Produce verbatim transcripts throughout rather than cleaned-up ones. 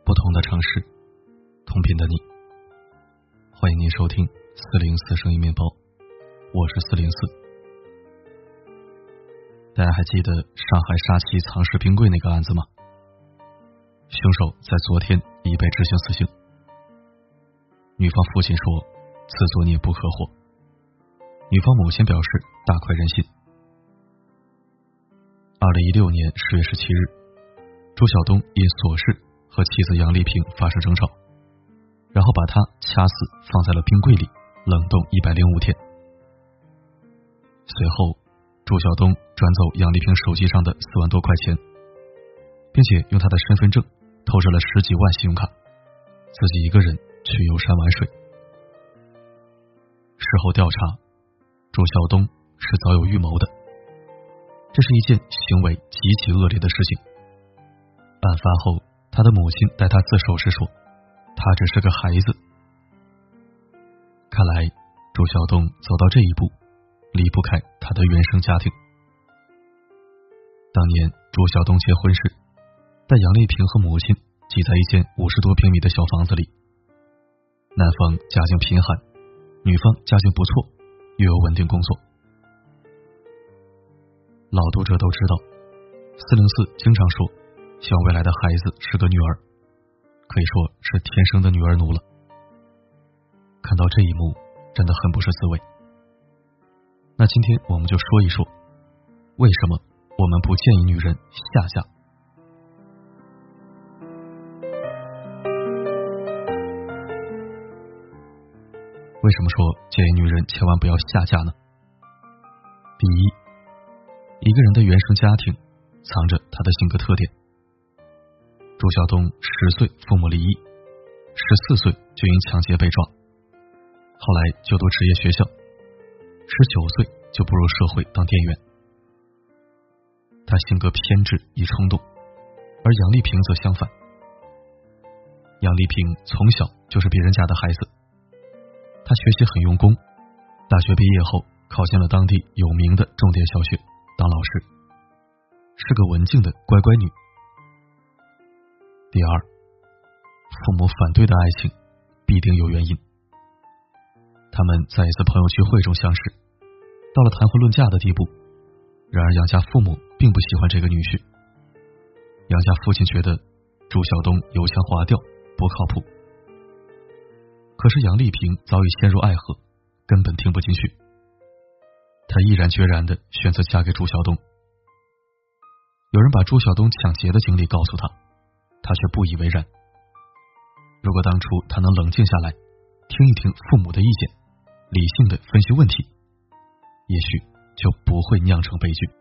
不同的城市，同频的你。欢迎您收听四零四声音面包，我是四零四。大家还记得上海沙溪藏尸冰柜那个案子吗？凶手在昨天已被执行死刑。女方父亲说此作孽不可活，女方母亲表示大快人心。二零一六年十月十七日，朱晓东因琐事和妻子杨丽萍发生争吵，然后把她掐死放在了冰柜里冷冻一百零五天。随后朱晓东转走杨丽萍手机上的四万多块钱，并且用她的身份证偷着了十几万信用卡，自己一个人去游山玩水。事后调查，朱晓东是早有预谋的，这是一件行为极其恶劣的事情。案发后，他的母亲带他自首时说，他只是个孩子。看来朱晓东走到这一步，离不开他的原生家庭。当年朱晓东结婚时，带杨丽萍和母亲挤在一间五十多平米的小房子里，男方家境贫寒，女方家境不错，又有稳定工作。老读者都知道，四零四经常说希望未来的孩子是个女儿，可以说是天生的女儿奴了。看到这一幕，真的很不是滋味。那今天我们就说一说，为什么我们不建议女人下嫁。为什么说建议女人千万不要下嫁呢？第一，一个人的原生家庭藏着他的性格特点。朱晓东十岁父母离异，十四岁就因抢劫被抓，后来就读职业学校，十九岁就步入社会当店员。他性格偏执易冲动，而杨丽萍则相反。杨丽萍从小就是别人家的孩子，她学习很用功，大学毕业后考进了当地有名的重点小学当老师，是个文静的乖乖女。第二，父母反对的爱情必定有原因。他们在一次朋友聚会中相识，到了谈婚论嫁的地步，然而杨家父母并不喜欢这个女婿。杨家父亲觉得朱晓东油腔滑调，不靠谱。可是杨丽萍早已陷入爱河，根本听不进去，她毅然决然地选择嫁给朱晓东。有人把朱晓东抢劫的经历告诉她，她却不以为然。如果当初她能冷静下来，听一听父母的意见，理性地分析问题，也许就不会酿成悲剧。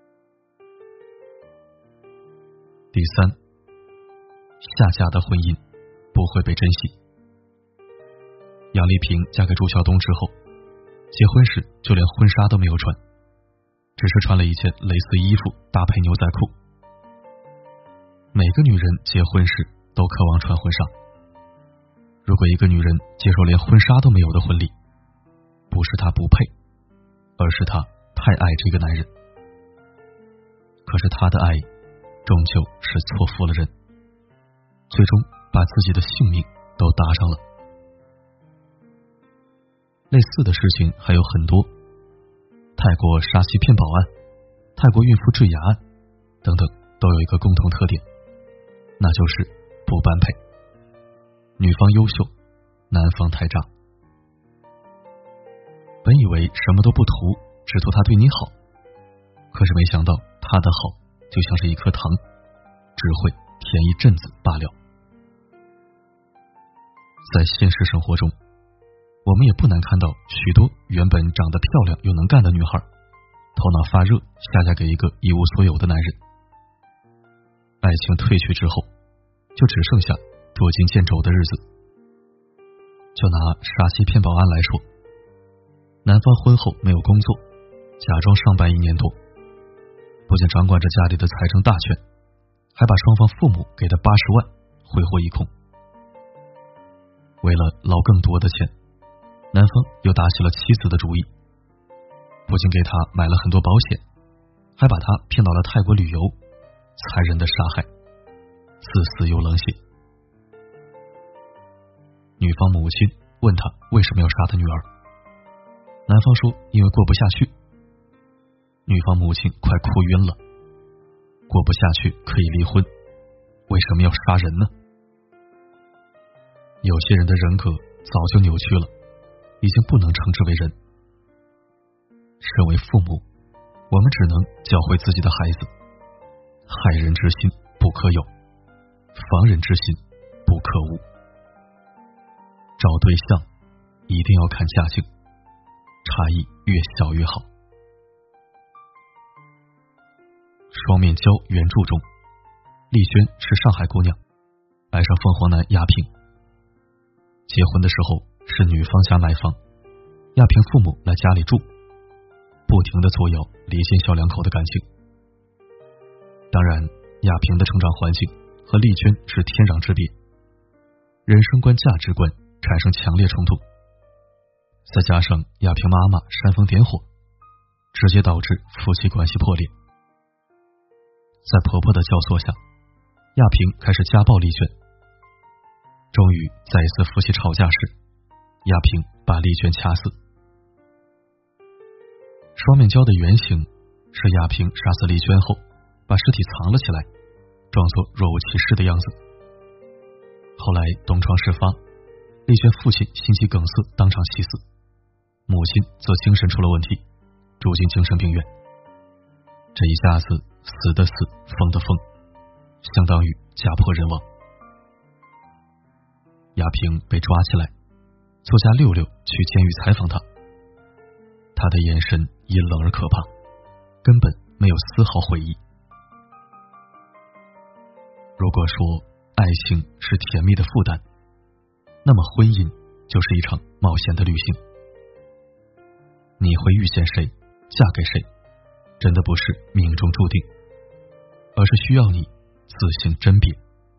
第三，下嫁的婚姻不会被珍惜。杨丽萍嫁给朱晓东之后，结婚时就连婚纱都没有穿，只是穿了一件蕾丝衣服搭配牛仔裤。每个女人结婚时都渴望穿婚纱，如果一个女人接受连婚纱都没有的婚礼，不是她不配，而是她太爱这个男人。可是她的爱终究是错付了人，最终把自己的性命都搭上了。类似的事情还有很多，泰国沙溪骗保案、泰国孕妇坠崖案等等，都有一个共同特点，那就是不般配。女方优秀，男方太渣。本以为什么都不图，只图他对你好，可是没想到他的好就像是一颗糖，只会甜一阵子罢了。在现实生活中，我们也不难看到许多原本长得漂亮又能干的女孩，头脑发热下嫁给一个一无所有的男人。爱情褪去之后，就只剩下捉襟见肘的日子。就拿沙溪骗保案来说，男方婚后没有工作，假装上班一年多，不仅掌管着家里的财政大权，还把双方父母给的八十万挥霍一空。为了捞更多的钱，男方又打起了妻子的主意，不仅给他买了很多保险，还把他骗到了泰国旅游，残忍的杀害，自私又冷血。 女方母亲问他为什么要杀他女儿，男方说因为过不下去。女方母亲快哭晕了，过不下去可以离婚，为什么要杀人呢？有些人的人格早就扭曲了，已经不能称之为人。身为父母，我们只能教会自己的孩子，害人之心不可有，防人之心不可无。找对象一定要看家境，差异越小越好。双面胶原著中，丽轩是上海姑娘，爱上凤凰男亚平。结婚的时候是女方家买房，亚平父母来家里住，不停地作妖离间小两口的感情。当然，亚平的成长环境和丽娟是天壤之别，人生观价值观产生强烈冲突，再加上亚平妈妈煽风点火，直接导致夫妻关系破裂。在婆婆的教唆下，亚平开始家暴丽娟。终于在一次夫妻吵架时，亚平把丽娟掐死。双面胶的原型是亚平杀死丽娟后，把尸体藏了起来，装作若无其事的样子。后来东窗事发，丽娟父亲心肌梗塞当场气死，母亲则精神出了问题，住进精神病院。这一下子死的死，疯的疯，相当于家破人亡。亚平被抓起来，作家六六去监狱采访他，他的眼神阴冷而可怕，根本没有丝毫悔意。如果说爱情是甜蜜的负担，那么婚姻就是一场冒险的旅行。你会遇见谁，嫁给谁，真的不是命中注定，而是需要你自行甄别。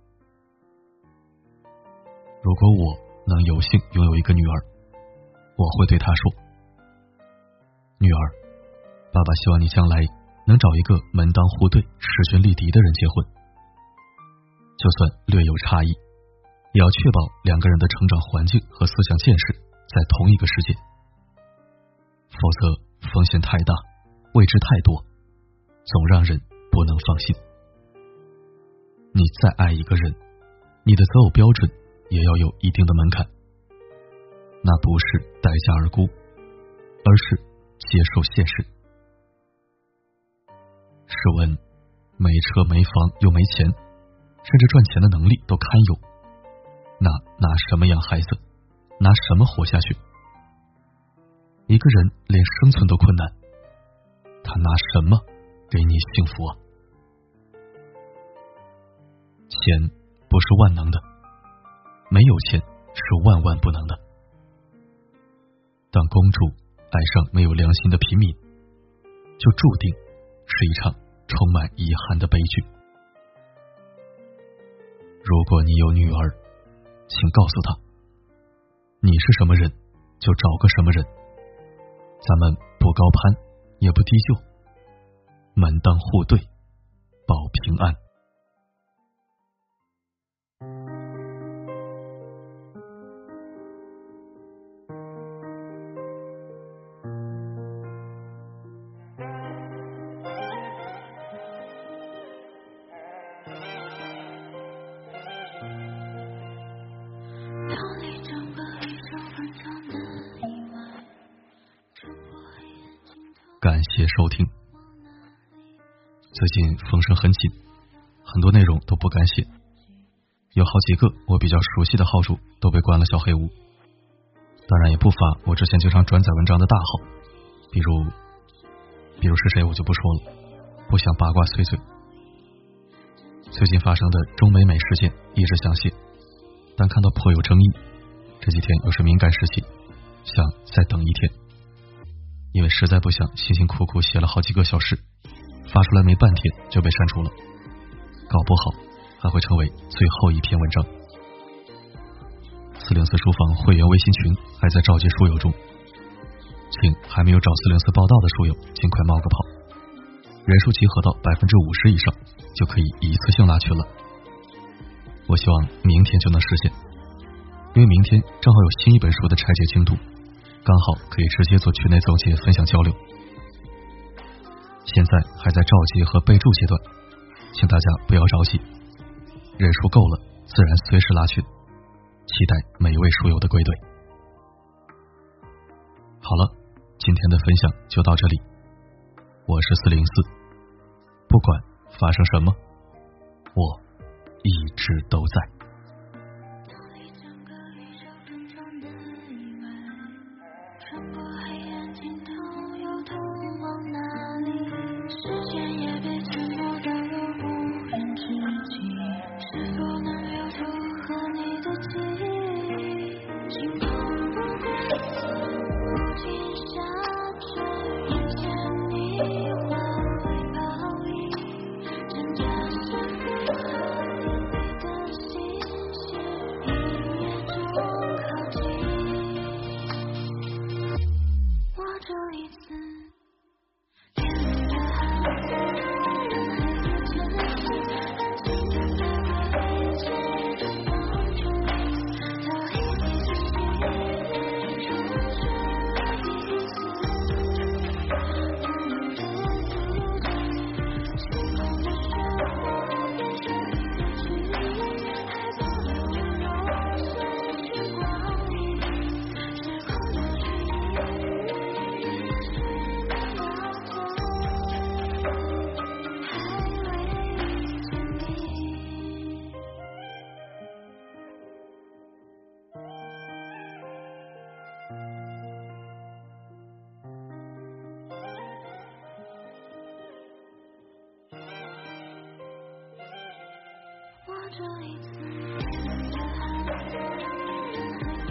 如果我能有幸拥有一个女儿，我会对她说，女儿，爸爸希望你将来能找一个门当户对、势均力敌的人结婚，就算略有差异，也要确保两个人的成长环境和思想见识在同一个世界，否则风险太大，未知太多，总让人不能放心。你再爱一个人，你的择偶标准也要有一定的门槛，那不是待价而沽，而是接受现实。试问，没车没房又没钱，甚至赚钱的能力都堪忧，那拿什么养孩子，拿什么活下去？一个人连生存都困难，他拿什么给你幸福啊？钱不是万能的，没有钱是万万不能的。当公主爱上没有良心的平民，就注定是一场充满遗憾的悲剧。如果你有女儿，请告诉她，你是什么人就找个什么人，咱们不高攀也不低就，门当户对，保平安。感谢收听。最近风声很紧，很多内容都不敢写，有好几个我比较熟悉的号主都被关了小黑屋，当然也不乏我之前经常转载文章的大号，比如比如是谁我就不说了，不想八卦碎嘴。最近发生的中美美事件一直想写，但看到颇有争议，这几天又是敏感时期，想再等一天，因为实在不想辛辛苦苦写了好几个小时，发出来没半天就被删除了，搞不好还会成为最后一篇文章。四零四书房会员微信群还在召集书友中，请还没有找四零四报道的书友尽快冒个泡，人数集合到百分之五十以上就可以一次性拉群了，我希望明天就能实现。 因为明天正好有新一本书的拆解进度，刚好可以直接做群内总结分享交流。现在还在召集和备注阶段，请大家不要着急，人数够了自然随时拉群，期待每一位书友的归队。好了，今天的分享就到这里，我是四零四，不管发生什么，我一直都在。 这一次